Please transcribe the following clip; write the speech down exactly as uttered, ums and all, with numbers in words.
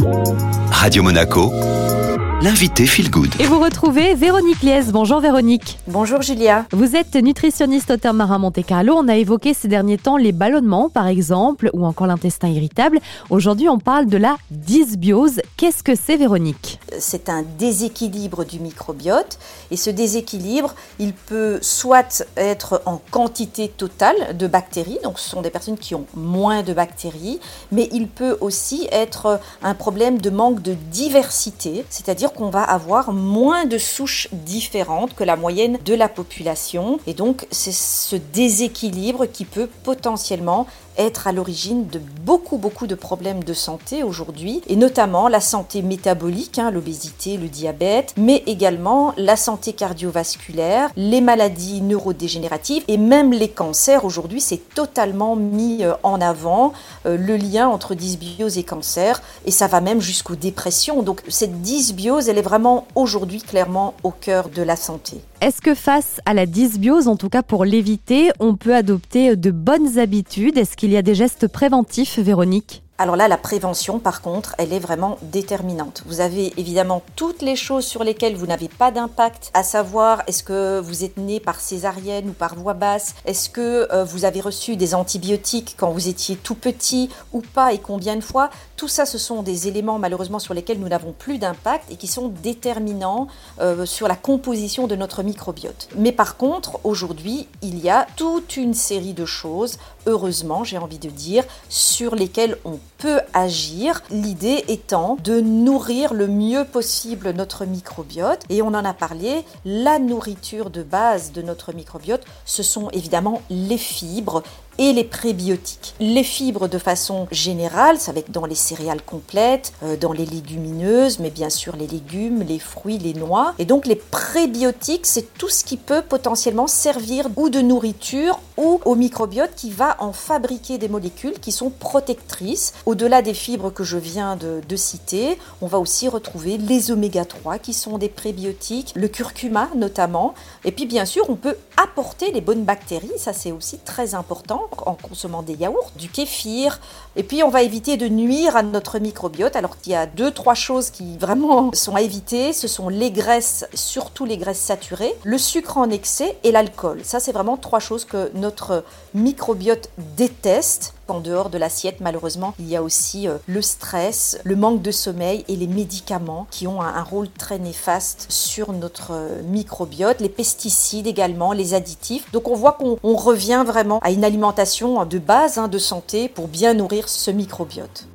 Radio Monaco, l'invité Feel Good. Et vous retrouvez Véronique Liès. Bonjour Véronique. Bonjour Julia. Vous êtes nutritionniste au terme marin Monte Carlo. On a évoqué ces derniers temps les ballonnements par exemple, ou encore l'intestin irritable. Aujourd'hui on parle de la dysbiose. Qu'est-ce que c'est Véronique ? C'est un déséquilibre du microbiote et ce déséquilibre, il peut soit être en quantité totale de bactéries, donc ce sont des personnes qui ont moins de bactéries, mais il peut aussi être un problème de manque de diversité, c'est-à-dire qu'on va avoir moins de souches différentes que la moyenne de la population et donc c'est ce déséquilibre qui peut potentiellement être à l'origine de beaucoup beaucoup de problèmes de santé aujourd'hui et notamment la santé métabolique, hein, l'obésité, le diabète, mais également la santé cardiovasculaire, les maladies neurodégénératives et même les cancers. Aujourd'hui, c'est totalement mis en avant euh, le lien entre dysbiose et cancer et ça va même jusqu'aux dépressions. Donc cette dysbiose, elle est vraiment aujourd'hui clairement au cœur de la santé. Est-ce que face à la dysbiose, en tout cas pour l'éviter, on peut adopter de bonnes habitudes ? Est-ce qu'il y a des gestes préventifs, Véronique ? Alors là, la prévention, par contre, elle est vraiment déterminante. Vous avez évidemment toutes les choses sur lesquelles vous n'avez pas d'impact, à savoir est-ce que vous êtes né par césarienne ou par voie basse, est-ce que euh, vous avez reçu des antibiotiques quand vous étiez tout petit ou pas et combien de fois. Tout ça, ce sont des éléments malheureusement sur lesquels nous n'avons plus d'impact et qui sont déterminants euh, sur la composition de notre microbiote. Mais par contre, aujourd'hui, il y a toute une série de choses, heureusement, j'ai envie de dire, sur lesquelles on peut agir, l'idée étant de nourrir le mieux possible notre microbiote et on en a parlé, la nourriture de base de notre microbiote, ce sont évidemment les fibres et les prébiotiques. Les fibres de façon générale, ça va être dans les céréales complètes, euh, dans les légumineuses, mais bien sûr les légumes, les fruits, les noix. Et donc les prébiotiques, c'est tout ce qui peut potentiellement servir ou de nourriture ou au microbiote qui va en fabriquer des molécules qui sont protectrices. Au-delà des fibres que je viens de, de citer, on va aussi retrouver les oméga trois qui sont des prébiotiques, le curcuma notamment. Et puis bien sûr, on peut apporter les bonnes bactéries, ça c'est aussi très important en consommant des yaourts, du kéfir. Et puis on va éviter de nuire à notre microbiote. Alors qu'il y a deux, trois choses qui vraiment sont à éviter. Ce sont les graisses, surtout les graisses saturées, le sucre en excès et l'alcool. Ça c'est vraiment trois choses que notre microbiote déteste. En dehors de l'assiette, malheureusement, il y a aussi euh, le stress, le manque de sommeil et les médicaments qui ont un, un rôle très néfaste sur notre euh, microbiote, les pesticides également, les additifs. Donc on voit qu'on on revient vraiment à une alimentation de base, hein, de santé pour bien nourrir ce microbiote.